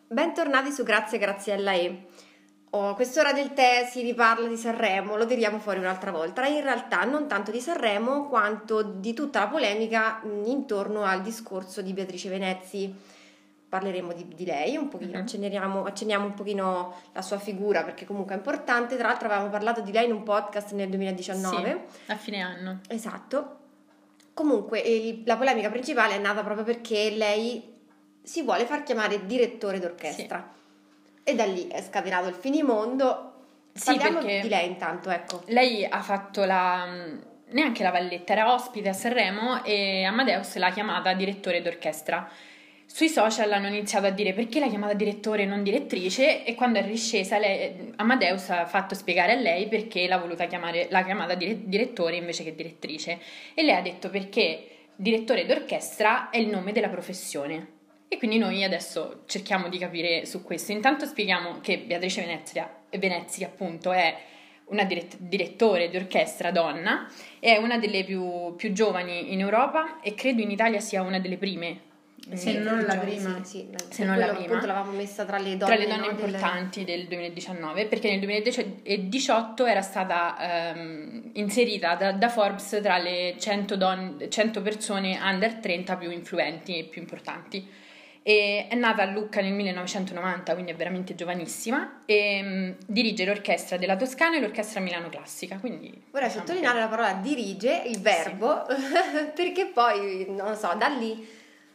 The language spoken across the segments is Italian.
Bentornati su Grazie Graziella E. Quest'ora del tè si riparla di Sanremo, lo tiriamo fuori un'altra volta. In realtà non tanto di Sanremo quanto di tutta la polemica intorno al discorso di Beatrice Venezzi. Parleremo di lei un pochino, accenniamo un pochino la sua figura perché comunque è importante. Tra l'altro avevamo parlato di lei in un podcast nel 2019. Sì, a fine anno. Esatto. Comunque la polemica principale è nata proprio perché lei si vuole far chiamare direttore d'orchestra. Sì. E da lì è scatenato il finimondo. Parliamo di lei intanto, ecco. Lei ha fatto neanche la Valletta, era ospite a Sanremo e Amadeus l'ha chiamata direttore d'orchestra. Sui social hanno iniziato a dire perché l'ha chiamata direttore e non direttrice, e quando è riscesa Amadeus ha fatto spiegare a lei perché l'ha chiamata direttore invece che direttrice, e lei ha detto perché direttore d'orchestra è il nome della professione. E quindi noi adesso cerchiamo di capire su questo. Intanto spieghiamo che Beatrice Venezzi appunto è una direttore di orchestra donna, è una delle più giovani in Europa e credo in Italia sia una delle prime. Se non la prima, sì. Se non la prima, appunto l'avevamo messa tra le donne importanti del 2019, perché nel 2018 era stata inserita da Forbes tra le 100 persone under 30 più influenti e più importanti. E è nata a Lucca nel 1990, quindi è veramente giovanissima, e dirige l'orchestra della Toscana e l'orchestra Milano Classica. Quindi vorrei sottolineare la parola dirige, il verbo, sì. Perché poi, non lo so, da lì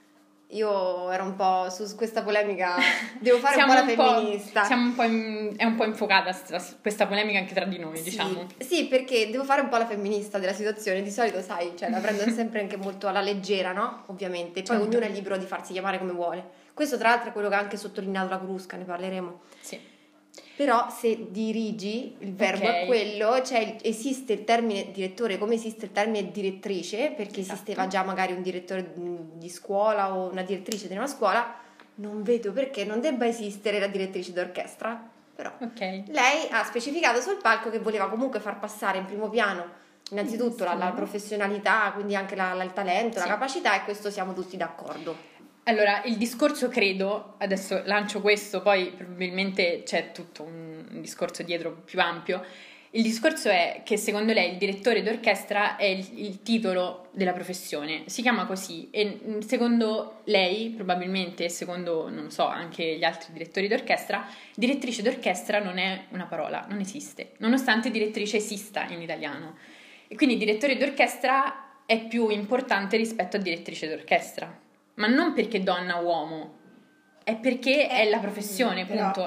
io ero un po' su questa polemica, devo fare un po' la femminista. È un po' infuocata questa polemica anche tra di noi, sì, diciamo. Sì, perché devo fare un po' la femminista della situazione. Di solito, sai, cioè, la prendo sempre anche molto alla leggera, no? Ovviamente. Poi ognuno è libero di farsi chiamare come vuole. Questo tra l'altro è quello che ha anche sottolineato la Crusca, ne parleremo. Sì. Però se dirigi, il verbo è quello, cioè esiste il termine direttore come esiste il termine direttrice, perché esisteva già magari un direttore di scuola o una direttrice di una scuola, non vedo perché non debba esistere la direttrice d'orchestra. Però lei ha specificato sul palco che voleva comunque far passare in primo piano innanzitutto la professionalità, quindi anche il talento, la capacità, e questo siamo tutti d'accordo. Allora, il discorso, credo, adesso lancio questo, poi probabilmente c'è tutto un discorso dietro più ampio. Il discorso è che secondo lei il direttore d'orchestra è il titolo della professione, si chiama così, e secondo lei, probabilmente, secondo, non so, anche gli altri direttori d'orchestra, direttrice d'orchestra non è una parola, non esiste, nonostante direttrice esista in italiano. E quindi direttore d'orchestra è più importante rispetto a direttrice d'orchestra. Ma non perché donna o uomo, è perché è la professione, appunto,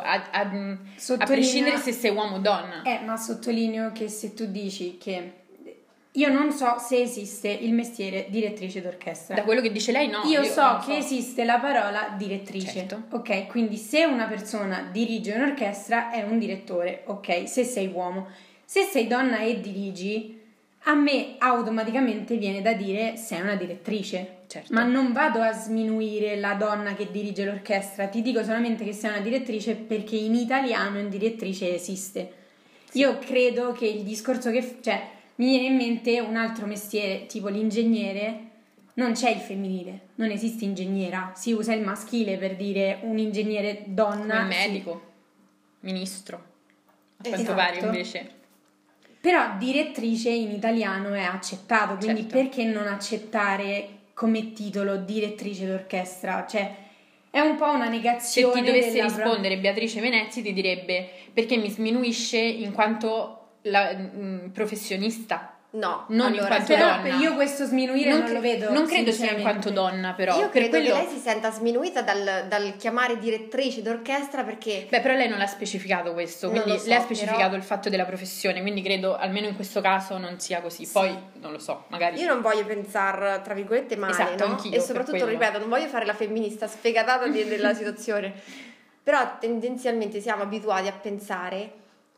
a prescindere se sei uomo o donna. Ma sottolineo che se tu dici che io non so se esiste il mestiere direttrice d'orchestra. Da quello che dice lei, no. Io so che esiste la parola direttrice. Certo. Ok, quindi se una persona dirige un'orchestra è un direttore, ok, se sei uomo. Se sei donna e dirigi, a me automaticamente viene da dire sei una direttrice. Certo. Ma non vado a sminuire la donna che dirige l'orchestra, ti dico solamente che sei una direttrice perché in italiano in direttrice esiste. Sì. Io credo che il discorso mi viene in mente un altro mestiere, tipo l'ingegnere, non c'è il femminile, non esiste ingegnera, si usa il maschile per dire un ingegnere donna. Un medico, ministro, a quanto pare invece. Però direttrice in italiano è accettato, quindi perché non accettare come titolo direttrice d'orchestra? Cioè è un po' una negazione. Se ti dovesse rispondere Beatrice Venezzi ti direbbe perché mi sminuisce in quanto professionista. No, non in quanto donna. Io questo sminuire non lo vedo. Non credo sia in quanto donna, però. Io credo che lei si senta sminuita dal chiamare direttrice d'orchestra perché. Beh, però lei non l'ha specificato questo, quindi lei ha specificato il fatto della professione, quindi credo almeno in questo caso non sia così. Sì. Poi non lo so, magari. Io non voglio pensare tra virgolette male, esatto, no? Anch'io, e soprattutto ripeto, non voglio fare la femminista sfegatata della situazione. Però tendenzialmente siamo abituati a pensare,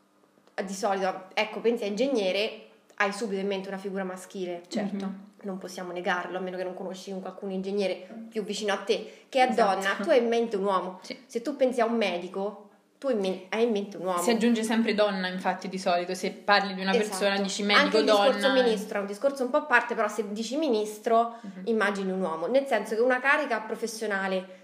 di solito, ecco, pensi a ingegnere, hai subito in mente una figura maschile. Certo. Non possiamo negarlo, a meno che non conosci qualcun ingegnere più vicino a te che è donna, tu hai in mente un uomo. Sì. Se tu pensi a un medico, tu hai in mente un uomo. Si aggiunge sempre donna, infatti, di solito se parli di una persona dici medico, anche il donna. Discorso ministro è un discorso un po' a parte, però se dici ministro immagini un uomo, nel senso che una carica professionale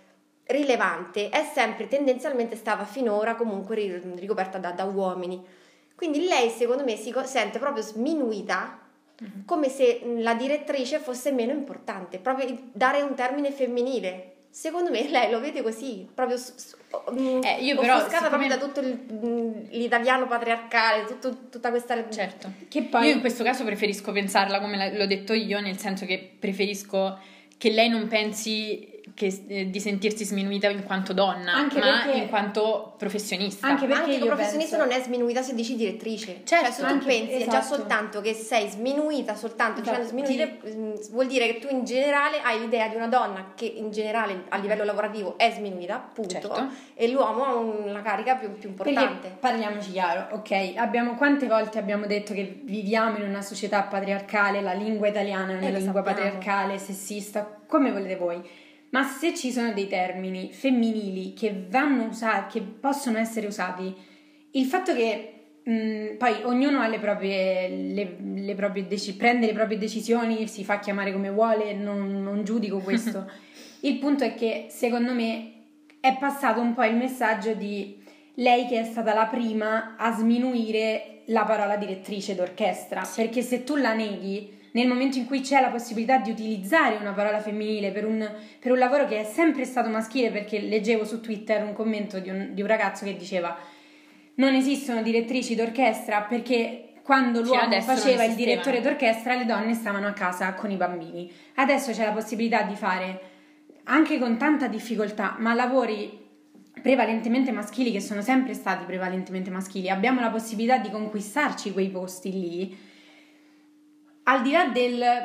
rilevante è sempre tendenzialmente stata finora comunque ricoperta da uomini. Quindi lei secondo me si sente proprio sminuita, come se la direttrice fosse meno importante, proprio dare un termine femminile. Secondo me lei lo vede così, proprio io però offuscata proprio da tutto l'italiano patriarcale, tutta questa... Certo. Che poi... Io in questo caso preferisco pensarla come l'ho detto io, nel senso che preferisco che lei non pensi di sentirsi sminuita in quanto donna, anche ma perché, in quanto professionista. Anche perché anche professionista non è sminuita se dici direttrice. Certo, cioè se tu anche, pensi esatto. già soltanto che sei sminuita, soltanto dicendo sminuire, vuol dire che tu in generale hai l'idea di una donna che in generale a livello lavorativo è sminuita, punto, certo. E l'uomo ha una carica più importante. Perché, parliamoci chiaro, ok? Quante volte abbiamo detto che viviamo in una società patriarcale, la lingua italiana è una lingua patriarcale, sessista, come volete voi. Ma se ci sono dei termini femminili che vanno usati, che possono essere usati, il fatto che poi ognuno ha le proprie prende le proprie decisioni, si fa chiamare come vuole, non giudico questo. Il punto è che secondo me è passato un po' il messaggio di lei che è stata la prima a sminuire la parola direttrice d'orchestra, perché se tu la neghi, nel momento in cui c'è la possibilità di utilizzare una parola femminile per un lavoro che è sempre stato maschile, perché leggevo su Twitter un commento di un ragazzo che diceva non esistono direttrici d'orchestra perché quando l'uomo faceva il direttore d'orchestra le donne stavano a casa con i bambini. Adesso c'è la possibilità di fare, anche con tanta difficoltà, ma lavori prevalentemente maschili, che sono sempre stati prevalentemente maschili, abbiamo la possibilità di conquistarci quei posti lì. Al di là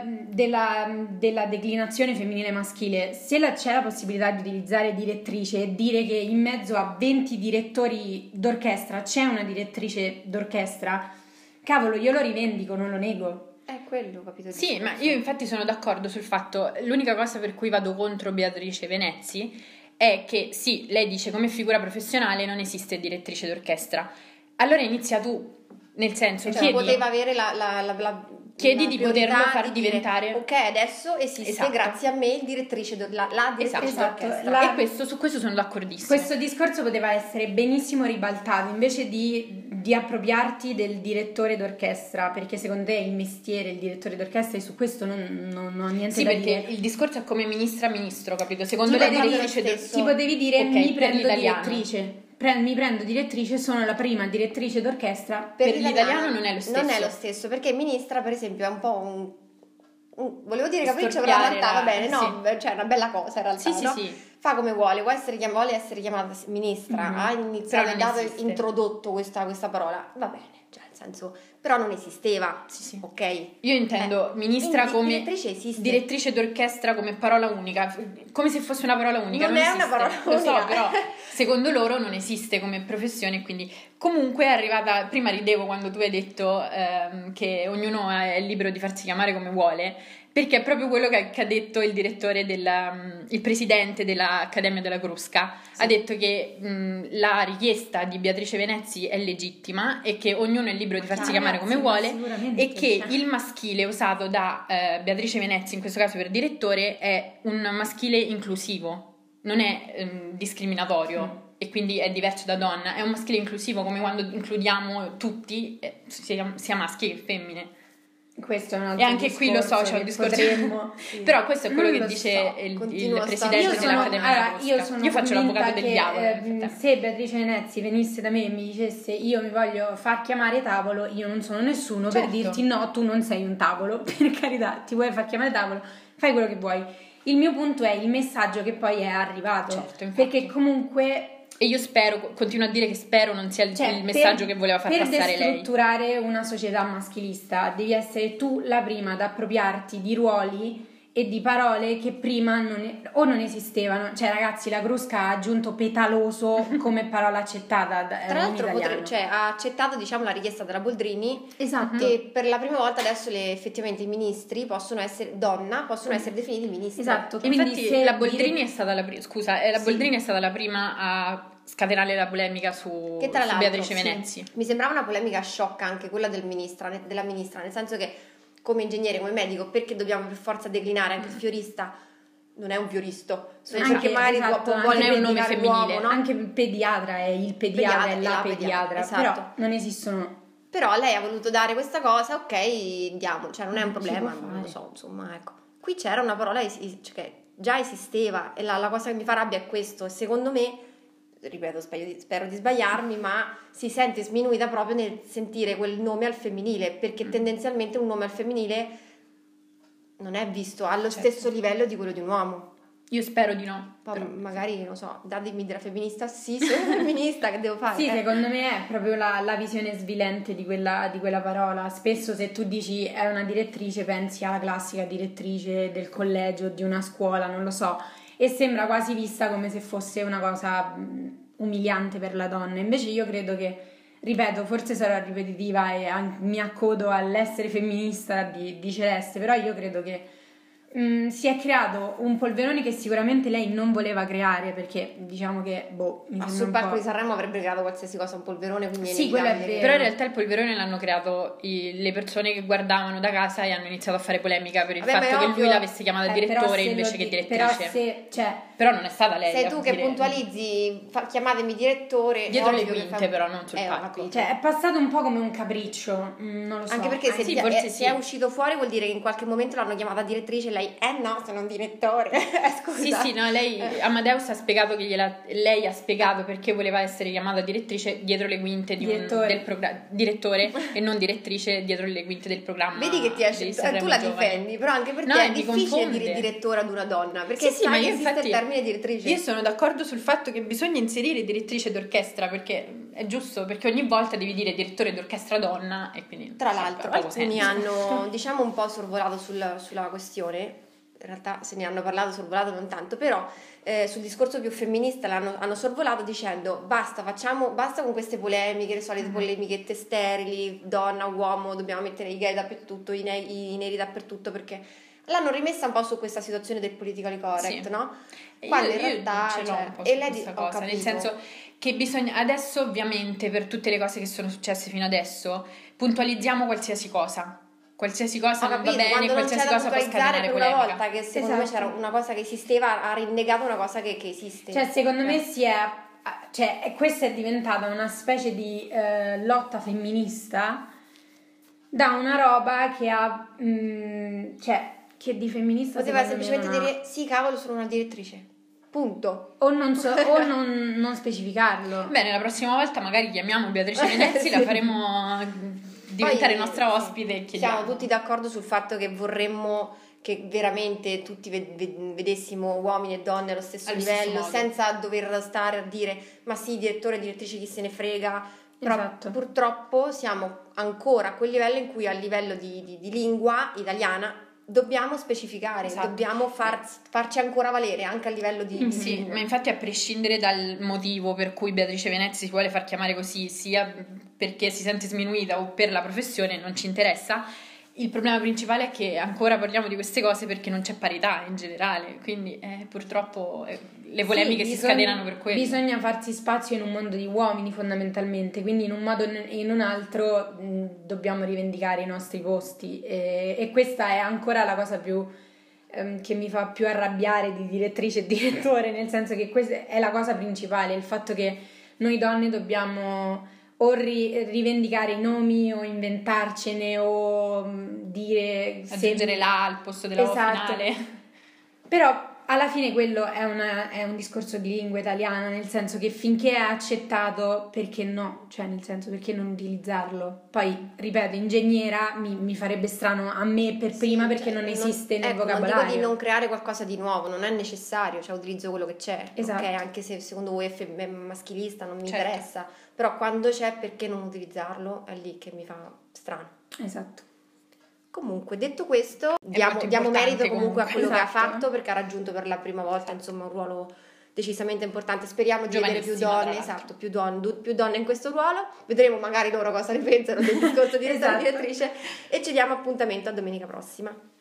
della declinazione femminile maschile, se c'è la possibilità di utilizzare direttrice e dire che in mezzo a 20 direttori d'orchestra c'è una direttrice d'orchestra, cavolo, io lo rivendico, non lo nego. È quello, capito? Sì, ma io infatti sono d'accordo sul fatto, l'unica cosa per cui vado contro Beatrice Venezzi è che sì, lei dice come figura professionale non esiste direttrice d'orchestra. Allora inizia tu, nel senso, cioè, poteva avere chiedi di poterlo far diventare. Ok, adesso esiste grazie a me il direttrice la direttrice d'orchestra. E su questo sono d'accordissimo. Questo discorso poteva essere benissimo ribaltato, invece di appropriarti del direttore d'orchestra, perché secondo te è il mestiere il direttore d'orchestra, e su questo non ho niente da dire. Sì, perché il discorso è come ministro, capito? Secondo lei ti potevi dire mi prendo direttrice. Mi prendo direttrice, sono la prima direttrice d'orchestra. Per l'italiano non è lo stesso. Non è lo stesso, perché ministra, per esempio, è un po' volevo dire capriccio, però in realtà va bene, no, cioè è una bella cosa in realtà, sì, no? Sì. Fa come vuole vuole essere chiamata ministra, ha iniziato, introdotto questa parola, va bene, cioè nel senso, però non esisteva, sì. Ok? Io intendo ministra come direttrice d'orchestra come parola unica, come se fosse una parola unica. Non è una parola unica. Lo so, però secondo loro non esiste come professione, quindi comunque è arrivata, prima ridevo quando tu hai detto che ognuno è libero di farsi chiamare come vuole, perché è proprio quello che ha detto il direttore il presidente dell'Accademia della Crusca. Sì. Ha detto che la richiesta di Beatrice Venezzi è legittima e che ognuno è libero di farsi chiamare come vuole, e che il maschile usato da Beatrice Venezzi in questo caso per direttore è un maschile inclusivo, non è discriminatorio e quindi è diverso da donna, è un maschile inclusivo come quando includiamo tutti, sia maschi che femmine. Questo è un altro e anche qui lo so, c'è un discorso però questo è quello che dice il presidente dell'Accademia. Io faccio l'avvocato del diavolo. Se Beatrice Venezzi venisse da me e mi dicesse io mi voglio far chiamare tavolo, io non sono nessuno per dirti no, tu non sei un tavolo, per carità, ti vuoi far chiamare tavolo, fai quello che vuoi. Il mio punto è il messaggio che poi è arrivato, perché comunque... E io continuo a dire che spero non sia il messaggio che voleva far passare lei. Per destrutturare una società maschilista devi essere tu la prima ad appropriarti di ruoli e di parole che prima non esistevano. Cioè ragazzi, la Crusca ha aggiunto petaloso come parola accettata tra l'altro ha accettato, diciamo, la richiesta della Boldrini, esatto, e per la prima volta adesso effettivamente i ministri possono essere definiti ministri, esatto. E infatti la Boldrini è stata la prima, Boldrini è stata la prima a scatenare la polemica su Beatrice Venezzi. Mi sembrava una polemica sciocca anche quella della ministra, nel senso che come ingegnere, come medico, perché dobbiamo per forza declinare anche il fiorista? non è un fioristo, solo Anche, perché magari esatto, vuole è un nome indicare femminile. l'uomo, no? Anche il pediatra è il pediatra e la pediatra, esatto. però non esistono. Però lei ha voluto dare questa cosa, ok, diamo, cioè non è un problema, si può non lo fare. so, insomma, ecco. Qui c'era una parola cioè, che già esisteva e la cosa che mi fa rabbia è questo, e secondo me, ripeto, spero di sbagliarmi, ma si sente sminuita proprio nel sentire quel nome al femminile, perché tendenzialmente un nome al femminile non è visto allo stesso livello di quello di un uomo. Io spero di no. Poi magari, non so, datemi della femminista, sì, sono femminista, che devo fare? Sì, secondo me è proprio la visione svilente di quella parola. Spesso se tu dici è una direttrice pensi alla classica direttrice del collegio, di una scuola, non lo so, e sembra quasi vista come se fosse una cosa umiliante per la donna. Invece io credo che, ripeto, forse sarò ripetitiva e mi accodo all'essere femminista di Celeste, però io credo che si è creato un polverone che sicuramente lei non voleva creare, perché diciamo che Ma sul palco di Sanremo avrebbe creato qualsiasi cosa, un polverone, quindi sì, quello è vero. Però in realtà il polverone l'hanno creato le persone che guardavano da casa e hanno iniziato a fare polemica per il fatto che lui l'avesse chiamata direttore invece che direttrice. Però non è stata lei. Sei tu che puntualizzi, chiamatemi direttore. Dietro le quinte, però non sul palco. Cioè, è passato un po' come un capriccio, non lo so. Anche perché se è uscito fuori vuol dire che in qualche momento l'hanno chiamata direttrice e lei, no, sono un direttore. Scusa. Sì, no, Amadeus ha spiegato che lei ha spiegato perché voleva essere chiamata direttrice dietro le quinte del programma, direttore e non direttrice dietro le quinte del programma. Vedi che ti esce, tu la difendi, però anche per te è difficile dire direttore ad una donna, perché sì, ma io esiste il termine direttrice. Io sono d'accordo sul fatto che bisogna inserire direttrice d'orchestra, perché è giusto, perché ogni volta devi dire direttore d'orchestra donna e quindi tra l'altro alcuni hanno diciamo un po' sorvolato sulla questione. In realtà se ne hanno parlato, sorvolato non tanto, però sul discorso più femminista hanno sorvolato dicendo basta con queste polemiche, le solite polemichette sterili, donna, uomo, dobbiamo mettere i gay dappertutto, i neri dappertutto, perché l'hanno rimessa un po' su questa situazione del politically correct, sì. No? Quando in realtà ce l'ho un po' su questa cosa, nel senso che bisogna adesso, ovviamente, per tutte le cose che sono successe fino adesso, puntualizziamo qualsiasi cosa non va bene, qualsiasi cosa può scatenare per polemica. Una volta che secondo me c'era una cosa che esisteva, ha rinnegato una cosa che esiste. Cioè secondo me questa è diventata una specie di lotta femminista da una roba che ha che di femminista poteva semplicemente dire sì, cavolo, sono una direttrice, punto, o non non specificarlo. Bene, la prossima volta magari chiamiamo Beatrice Venezzi, sì. La faremo diventare nostra ospite e chiediamo. Siamo tutti d'accordo sul fatto che vorremmo che veramente tutti vedessimo uomini e donne allo stesso livello, senza dover stare a dire ma sì, direttore e direttrice chi se ne frega. Però esatto. Purtroppo siamo ancora a quel livello in cui a livello di lingua italiana dobbiamo specificare, esatto. Dobbiamo farci ancora valere anche a livello di sì, lingua. Ma infatti a prescindere dal motivo per cui Beatrice Venezzi si vuole far chiamare così, sia perché si sente sminuita o per la professione, non ci interessa. Il problema principale è che ancora parliamo di queste cose perché non c'è parità in generale, quindi purtroppo le polemiche si scatenano per quello. Bisogna farsi spazio in un mondo di uomini fondamentalmente, quindi in un modo o in un altro dobbiamo rivendicare i nostri posti e questa è ancora la cosa più che mi fa più arrabbiare di direttrice e direttore, nel senso che questa è la cosa principale, il fatto che noi donne dobbiamo o rivendicare i nomi o inventarcene o dire aggiungere la al posto della esatto. finale. Però alla fine quello è un discorso di lingua italiana, nel senso che finché è accettato, perché no? Cioè nel senso, perché non utilizzarlo? Poi, ripeto, ingegnera mi farebbe strano a me per prima, perché non esiste nel vocabolario. Non dico di non creare qualcosa di nuovo, non è necessario, cioè utilizzo quello che c'è, esatto. Okay? Anche se secondo voi è maschilista, non mi interessa, però quando c'è, perché non utilizzarlo? È lì che mi fa strano. Esatto. Comunque, detto questo, diamo merito comunque a quello che ha fatto, perché ha raggiunto per la prima volta insomma un ruolo decisamente importante. Speriamo di vedere più donne, esatto, più donne in questo ruolo. Vedremo magari loro cosa ne pensano del discorso di direttrice e ci diamo appuntamento a domenica prossima.